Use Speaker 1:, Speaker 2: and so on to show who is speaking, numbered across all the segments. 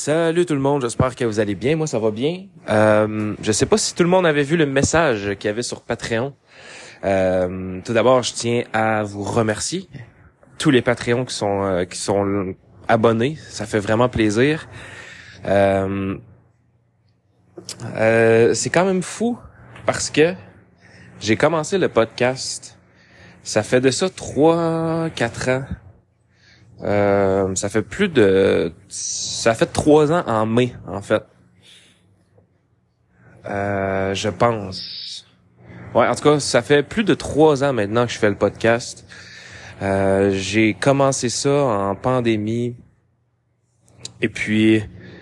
Speaker 1: Salut tout le monde, j'espère que vous allez bien. Moi, ça va bien. Je sais pas si tout le monde avait vu le message qu'il y avait sur Patreon. Tout d'abord, je tiens à vous remercier. Tous les Patreons qui sont abonnés, ça fait vraiment plaisir. C'est quand même fou parce que j'ai commencé le podcast. Ça fait de ça 3-4 ans. Ça fait 3 ans en mai, en fait. Je pense. Ouais, en tout cas, ça fait plus de 3 ans maintenant que je fais le podcast. J'ai commencé ça en pandémie. Et puis,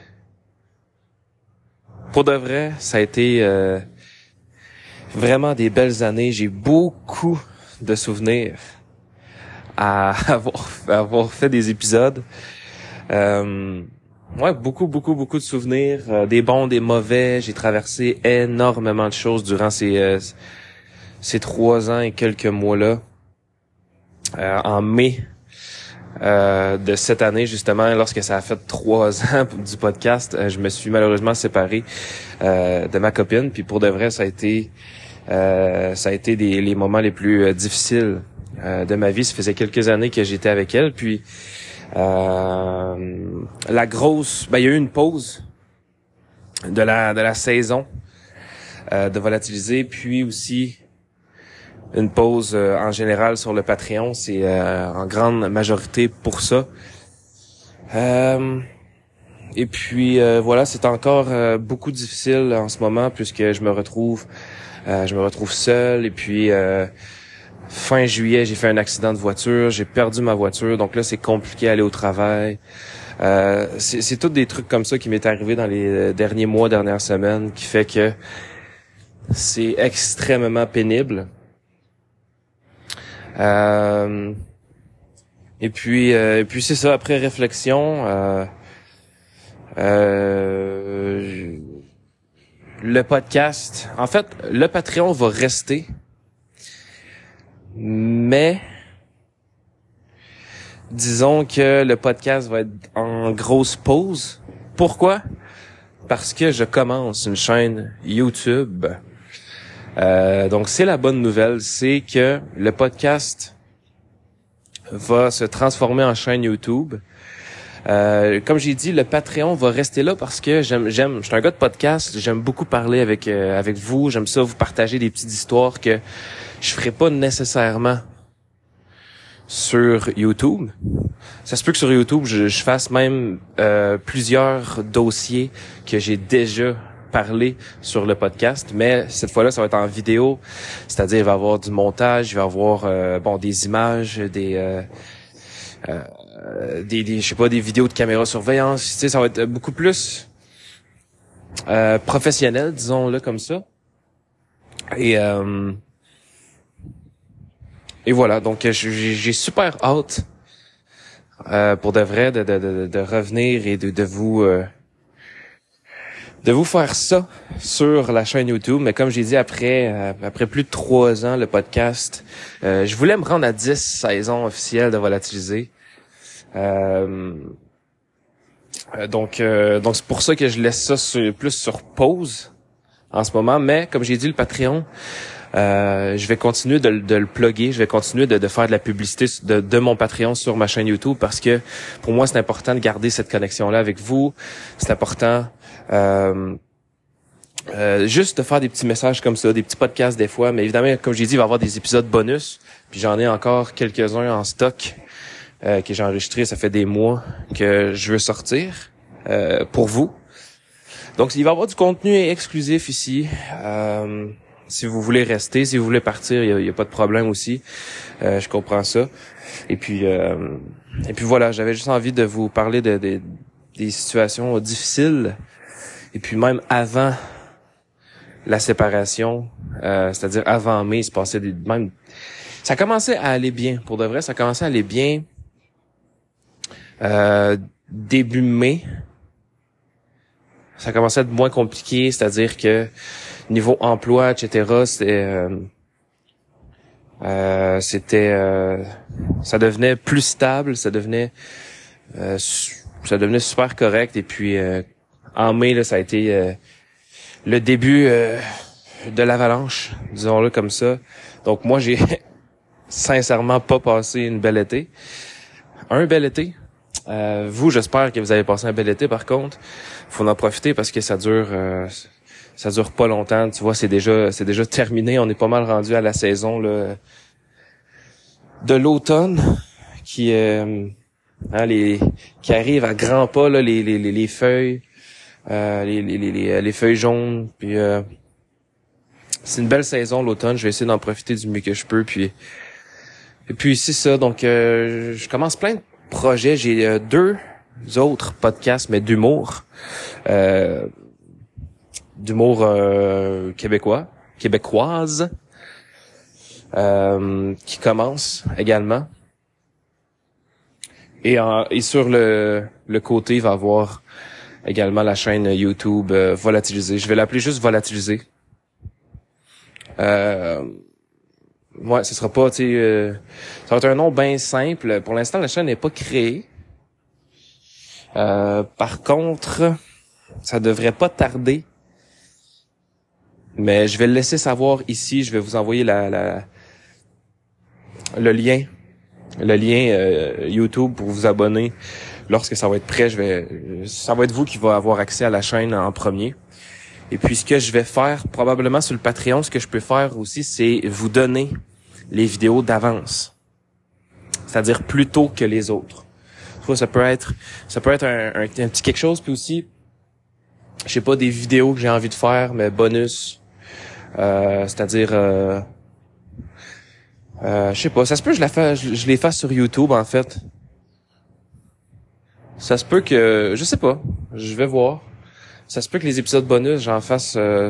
Speaker 1: pour de vrai, ça a été vraiment des belles années. J'ai beaucoup de souvenirs à avoir fait des épisodes. Ouais, beaucoup de souvenirs, des bons, des mauvais. J'ai traversé énormément de choses durant ces 3 ans et quelques mois-là. En mai de cette année, justement, lorsque ça a fait 3 ans du podcast, je me suis malheureusement séparé de ma copine. Puis pour de vrai, ça a été les moments les plus difficiles de ma vie. Ça faisait quelques années que j'étais avec elle. Puis il y a eu une pause de la saison de Volatiliser, puis aussi une pause en général sur le Patreon. C'est en grande majorité pour ça. Et puis voilà, c'est encore beaucoup difficile en ce moment puisque je me retrouve seul. Et puis fin juillet, j'ai fait un accident de voiture, j'ai perdu ma voiture, donc là c'est compliqué d'aller au travail. C'est tous des trucs comme ça qui m'est arrivé dans les derniers mois, dernières semaines, qui fait que c'est extrêmement pénible. Et puis c'est ça, après réflexion, le podcast, en fait, le Patreon va rester, mais disons que le podcast va être en grosse pause. Pourquoi? Parce que je commence une chaîne YouTube. Donc c'est la bonne nouvelle, c'est que le podcast va se transformer en chaîne YouTube. Comme j'ai dit, le Patreon va rester là parce que j'aime, je suis un gars de podcast, j'aime beaucoup parler avec vous, j'aime ça vous partager des petites histoires que je ferai pas nécessairement sur YouTube. Ça se peut que sur YouTube, je fasse même plusieurs dossiers que j'ai déjà parlé sur le podcast, mais cette fois-là, ça va être en vidéo, c'est-à-dire il va y avoir du montage, il va y avoir des images, des je sais pas, des vidéos de caméra surveillance, tu sais, ça va être beaucoup plus professionnel, disons-le comme ça. Et voilà, donc j'ai super hâte pour de vrai de revenir et de vous faire ça sur la chaîne YouTube. Mais comme j'ai dit, après plus de 3 ans, le podcast, je voulais me rendre à 10 saisons officielles de Volatiliser. Donc c'est pour ça que je laisse ça plus sur pause en ce moment. Mais comme j'ai dit, le Patreon, je vais continuer de le plugger, je vais continuer de faire de la publicité de mon Patreon sur ma chaîne YouTube parce que pour moi c'est important de garder cette connexion-là avec vous. C'est important juste de faire des petits messages comme ça, des petits podcasts des fois, mais évidemment, comme j'ai dit, il va y avoir des épisodes bonus, puis j'en ai encore quelques-uns en stock que j'ai enregistrés, ça fait des mois que je veux sortir pour vous. Donc il va y avoir du contenu exclusif ici. Si vous voulez rester, si vous voulez partir, il y a pas de problème aussi. Je comprends ça. Et puis voilà, j'avais juste envie de vous parler des situations difficiles. Et puis même avant la séparation, c'est-à-dire avant mai, il se passait ça commençait à aller bien. Pour de vrai, ça commençait à aller bien début mai. Ça commençait à être moins compliqué, c'est-à-dire que niveau emploi, etc., ça devenait plus stable, ça devenait ça devenait super correct. Et puis en mai, là, ça a été le début de l'avalanche, disons-le comme ça. Donc moi, j'ai sincèrement pas passé une belle été. Un bel été. Vous, j'espère que vous avez passé un bel été. Par contre, faut en profiter parce que ça dure pas longtemps. Tu vois, c'est déjà terminé. On est pas mal rendu à la saison là, de l'automne qui qui arrive à grands pas là, les feuilles, les feuilles jaunes. Puis c'est une belle saison l'automne. Je vais essayer d'en profiter du mieux que je peux. Et puis c'est ça. Donc je commence plein de projets. J'ai 2 autres podcasts, mais d'humour. Québécoise, qui commence également. Et sur le côté, il va y avoir également la chaîne YouTube Volatilisé. Je vais l'appeler juste Volatilisé. Ouais, ce sera pas, tu sais, ça va être un nom bien simple. Pour l'instant, la chaîne n'est pas créée. Par contre, ça devrait pas tarder. Mais je vais le laisser savoir ici. Je vais vous envoyer le lien YouTube pour vous abonner. Lorsque ça va être prêt, ça va être vous qui va avoir accès à la chaîne en premier. Et puis ce que je vais faire, probablement sur le Patreon, ce que je peux faire aussi, c'est vous donner les vidéos d'avance. C'est-à-dire plus tôt que les autres. Tu vois, ça peut être un petit quelque chose, puis aussi, je sais pas, des vidéos que j'ai envie de faire, mais bonus. C'est-à-dire je sais pas, ça se peut que je les fasse sur YouTube en fait. Ça se peut que je sais pas, je vais voir. Ça se peut que les épisodes bonus j'en fasse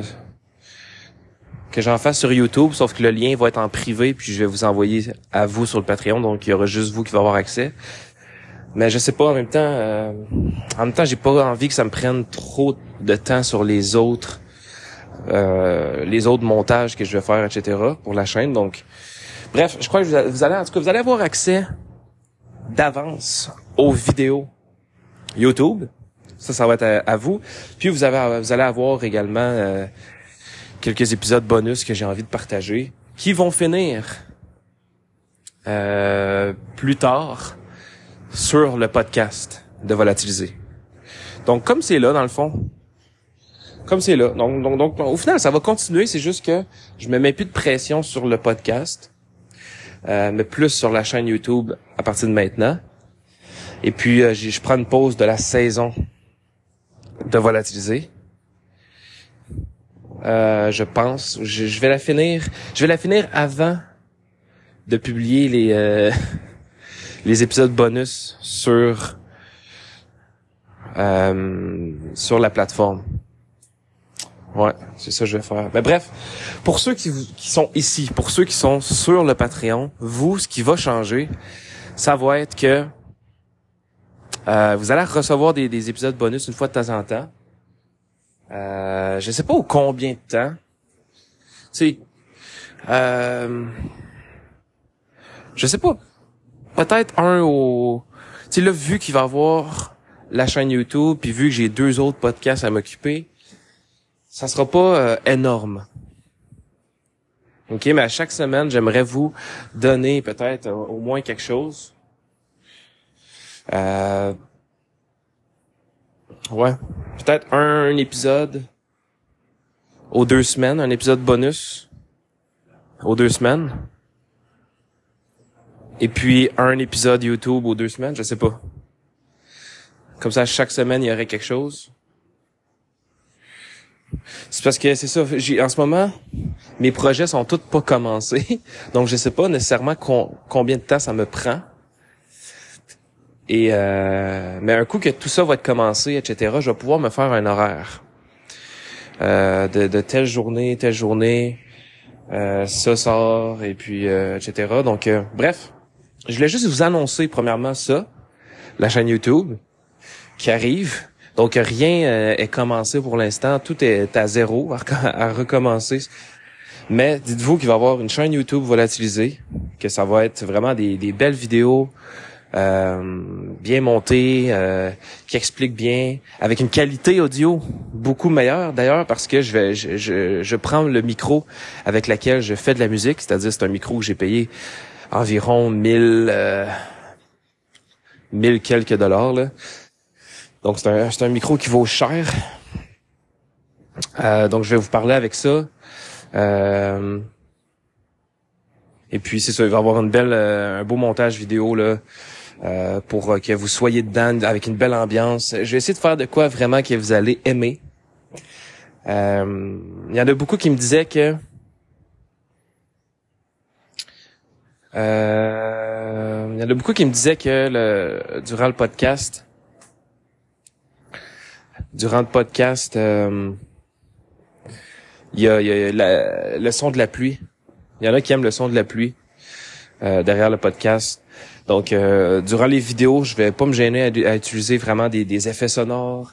Speaker 1: sur YouTube, sauf que le lien va être en privé puis je vais vous envoyer à vous sur le Patreon, donc il y aura juste vous qui va avoir accès. Mais je sais pas, en même temps j'ai pas envie que ça me prenne trop de temps sur les autres montages que je vais faire, etc. pour la chaîne. Donc, bref, je crois que vous allez avoir accès d'avance aux vidéos YouTube. Ça va être à vous. Puis vous allez avoir également quelques épisodes bonus que j'ai envie de partager, qui vont finir plus tard sur le podcast de Volatilisé. Donc, comme c'est là, dans le fond, donc, au final, ça va continuer. C'est juste que je me mets plus de pression sur le podcast, mais plus sur la chaîne YouTube à partir de maintenant. Et puis, je prends une pause de la saison de Volatilisé. Je pense, je vais la finir. Je vais la finir avant de publier les épisodes bonus sur la plateforme. Ouais, c'est ça que je vais faire. Mais bref, pour ceux qui sont ici, pour ceux qui sont sur le Patreon, vous, ce qui va changer, ça va être que vous allez recevoir des épisodes bonus une fois de temps en temps. Je sais pas au combien de temps. Tu sais, je sais pas. Peut-être tu sais là, vu qu'il va y avoir la chaîne YouTube, puis vu que j'ai 2 autres podcasts à m'occuper, ça sera pas énorme. OK, mais à chaque semaine, j'aimerais vous donner peut-être au moins quelque chose. Ouais, peut-être un épisode aux 2 semaines, un épisode bonus aux 2 semaines. Et puis un épisode YouTube aux 2 semaines, je sais pas. Comme ça, chaque semaine, il y aurait quelque chose. C'est parce que c'est ça, en ce moment, mes projets sont tous pas commencés, donc je sais pas nécessairement combien de temps ça me prend. Et mais un coup que tout ça va être commencé, etc., je vais pouvoir me faire un horaire de telle journée, ça sort, et puis etc. Donc bref, je voulais juste vous annoncer premièrement ça, la chaîne YouTube qui arrive. Donc rien est commencé pour l'instant, tout est à zéro, à recommencer. Mais dites-vous qu'il va y avoir une chaîne YouTube volatilisée, que ça va être vraiment des belles vidéos bien monté, qui explique bien, avec une qualité audio beaucoup meilleure d'ailleurs, parce que je prends le micro avec lequel je fais de la musique, c'est-à-dire c'est un micro que j'ai payé environ 1000 quelques dollars là. Donc c'est un micro qui vaut cher. Donc je vais vous parler avec ça. Et puis c'est ça, il va y avoir un beau montage vidéo là pour que vous soyez dedans avec une belle ambiance. Je vais essayer de faire de quoi vraiment que vous allez aimer. Il y en a beaucoup qui me disaient que durant le podcast, il y a le son de la pluie. Il y en a qui aiment le son de la pluie derrière le podcast. Donc, durant les vidéos, je vais pas me gêner à utiliser vraiment des effets sonores,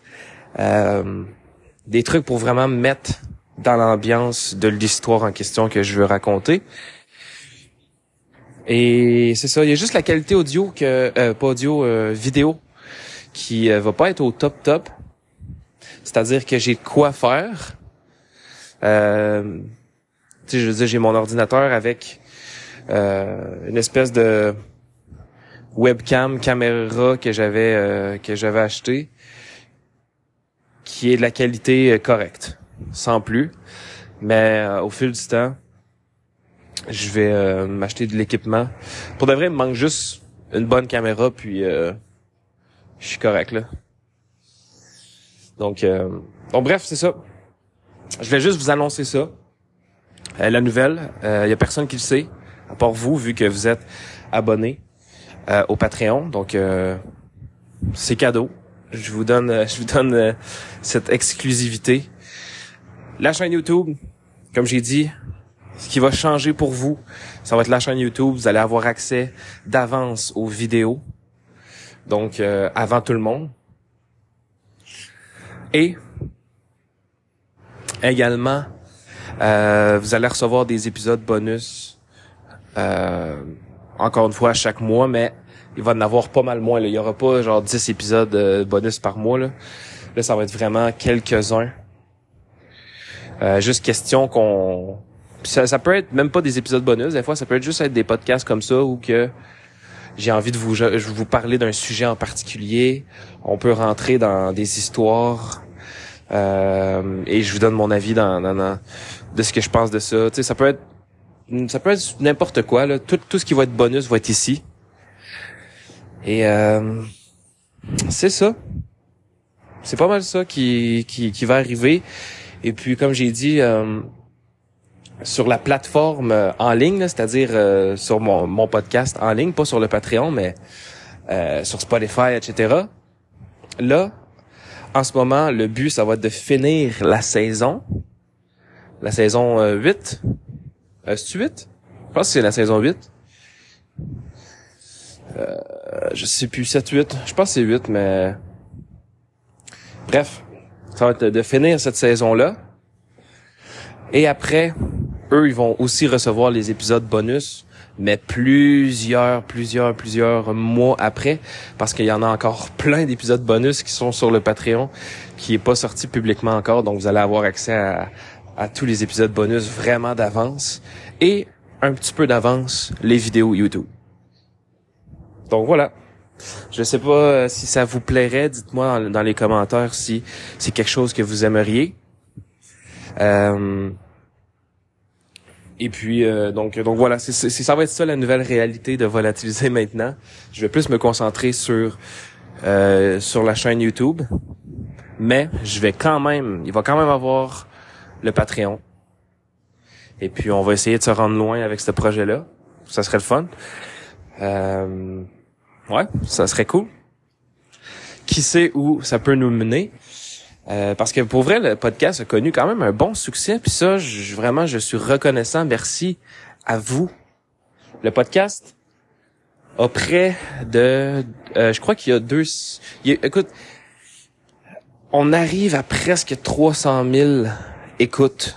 Speaker 1: des trucs pour vraiment me mettre dans l'ambiance de l'histoire en question que je veux raconter. Et c'est ça, il y a juste la qualité audio vidéo qui va pas être au top. C'est-à-dire que j'ai de quoi faire. Tu sais, je veux dire, j'ai mon ordinateur avec une espèce de webcam caméra que j'avais acheté, qui est de la qualité correcte, sans plus. Mais au fil du temps, je vais m'acheter de l'équipement. Pour de vrai, il me manque juste une bonne caméra, puis je suis correct là. Donc bref, c'est ça. Je vais juste vous annoncer ça. La nouvelle, il y a personne qui le sait, à part vous, vu que vous êtes abonné au Patreon. Donc c'est cadeau. Je vous donne cette exclusivité. La chaîne YouTube, comme j'ai dit, ce qui va changer pour vous, ça va être la chaîne YouTube. Vous allez avoir accès d'avance aux vidéos. Donc avant tout le monde. Et également, vous allez recevoir des épisodes bonus, encore une fois, à chaque mois, mais il va en avoir pas mal moins. Là. Il y aura pas genre 10 épisodes bonus par mois. Là, ça va être vraiment quelques-uns. Juste question qu'on... Ça peut être même pas des épisodes bonus. Des fois, ça peut être juste être des podcasts comme ça où que j'ai envie de vous parler d'un sujet en particulier. On peut rentrer dans des histoires et je vous donne mon avis dans de ce que je pense de ça. Tu sais, ça peut être n'importe quoi là. Tout ce qui va être bonus va être ici. Et c'est ça. C'est pas mal ça qui va arriver. Et puis comme j'ai dit, sur la plateforme en ligne, là, c'est-à-dire sur mon podcast en ligne, pas sur le Patreon, mais sur Spotify, etc. Là, en ce moment, le but, ça va être de finir la saison 8. C'est-tu 8? Je pense que c'est la saison 8. Je sais plus, 7, 8. Je pense que c'est 8, mais... Bref, ça va être de finir cette saison-là. Et après, eux, ils vont aussi recevoir les épisodes bonus, mais plusieurs mois après, parce qu'il y en a encore plein d'épisodes bonus qui sont sur le Patreon, qui est pas sorti publiquement encore, donc vous allez avoir accès à tous les épisodes bonus vraiment d'avance, et un petit peu d'avance, les vidéos YouTube. Donc voilà. Je sais pas si ça vous plairait, dites-moi dans les commentaires si c'est quelque chose que vous aimeriez. Et puis donc voilà, ça va être ça la nouvelle réalité de Volatiliser maintenant. Je vais plus me concentrer sur la chaîne YouTube, mais il va quand même avoir le Patreon. Et puis on va essayer de se rendre loin avec ce projet-là. Ça serait le fun. Ouais, ça serait cool. Qui sait où ça peut nous mener? Parce que pour vrai, le podcast a connu quand même un bon succès. Puis ça, je suis reconnaissant. Merci à vous. Le podcast a près de... je crois qu'il y a écoute, on arrive à presque 300 000 écoutes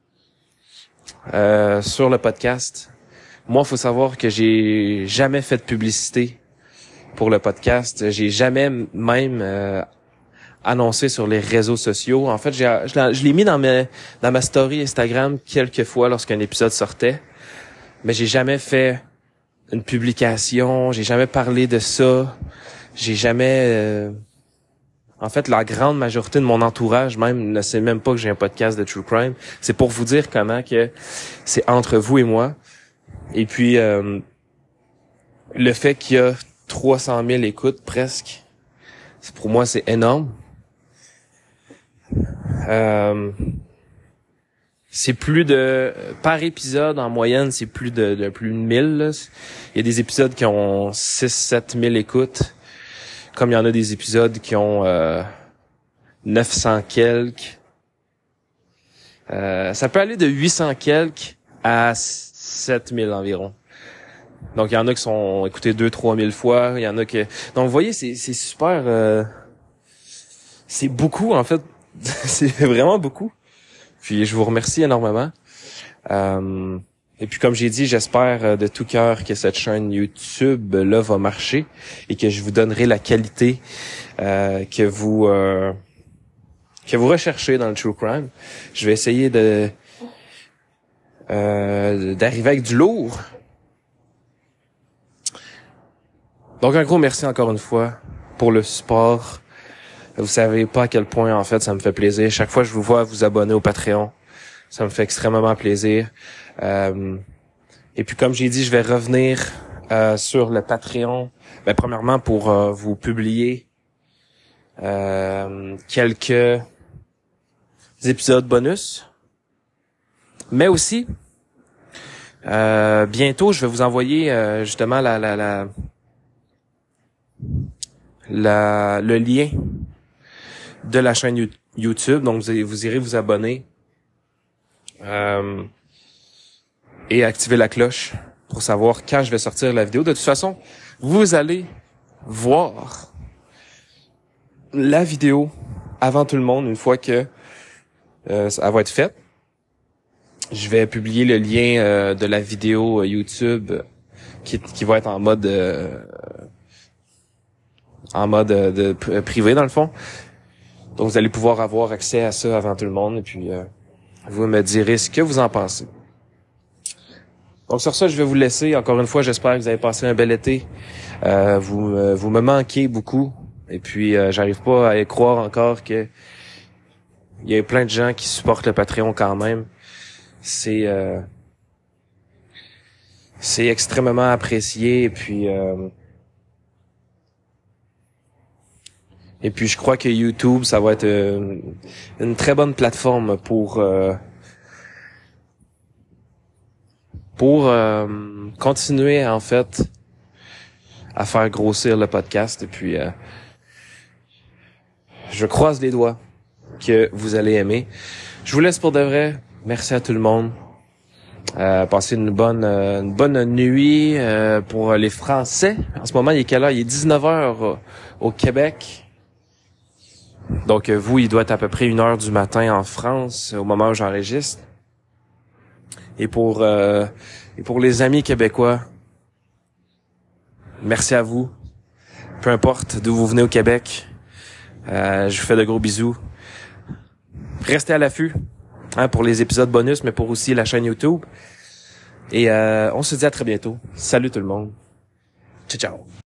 Speaker 1: sur le podcast. Moi, faut savoir que j'ai jamais fait de publicité pour le podcast. J'ai jamais même annoncé sur les réseaux sociaux. En fait, je l'ai mis dans ma story Instagram quelques fois lorsqu'un épisode sortait, mais j'ai jamais fait une publication, j'ai jamais parlé de ça, j'ai jamais... En fait, la grande majorité de mon entourage même ne sait même pas que j'ai un podcast de True Crime. C'est pour vous dire comment que c'est entre vous et moi. Et puis, le fait qu'il y a 300 000 écoutes presque, pour moi, c'est énorme. C'est plus de... Par épisode, en moyenne, c'est plus de 1000. Là. Il y a des épisodes qui ont 6-7 000 écoutes. Comme il y en a des épisodes qui ont 900 quelques. Ça peut aller de 800 quelques à 7000 environ. Donc, il y en a qui sont écoutés 2-3 000 fois. Il y en a que... Donc, vous voyez, c'est super... C'est beaucoup, en fait. C'est vraiment beaucoup. Puis, je vous remercie énormément. Et puis, comme j'ai dit, j'espère de tout cœur que cette chaîne YouTube-là va marcher et que je vous donnerai la qualité que vous recherchez dans le True Crime. Je vais essayer d'arriver avec du lourd. Donc, un gros merci encore une fois pour le support. Vous savez pas à quel point, en fait, ça me fait plaisir. Chaque fois que je vous vois vous abonner au Patreon, ça me fait extrêmement plaisir. Et puis, comme j'ai dit, je vais revenir sur le Patreon. Ben, premièrement, pour vous publier quelques épisodes bonus. Mais aussi, bientôt, je vais vous envoyer justement le lien de la chaîne YouTube. Donc, vous irez vous abonner et activer la cloche pour savoir quand je vais sortir la vidéo. De toute façon, vous allez voir la vidéo avant tout le monde une fois que ça va être faite. Je vais publier le lien de la vidéo YouTube qui va être en mode privé dans le fond. Donc vous allez pouvoir avoir accès à ça avant tout le monde et puis vous me direz ce que vous en pensez. Donc sur ça, je vais vous laisser. Encore une fois, j'espère que vous avez passé un bel été. Vous me manquez beaucoup et puis j'arrive pas à y croire encore que il y a plein de gens qui supportent le Patreon quand même. C'est extrêmement apprécié et puis je crois que YouTube, ça va être une très bonne plateforme pour continuer en fait à faire grossir le podcast. Et puis je croise les doigts que vous allez aimer. Je vous laisse pour de vrai. Merci à tout le monde. Passez une bonne nuit pour les Français. En ce moment, il est quelle heure? Il est 19h au Québec. Donc vous, il doit être à peu près 1h du matin en France au moment où j'enregistre. Et pour les amis québécois, merci à vous. Peu importe d'où vous venez au Québec, je vous fais de gros bisous. Restez à l'affût pour les épisodes bonus, mais pour aussi la chaîne YouTube. Et on se dit à très bientôt. Salut tout le monde. Ciao, ciao.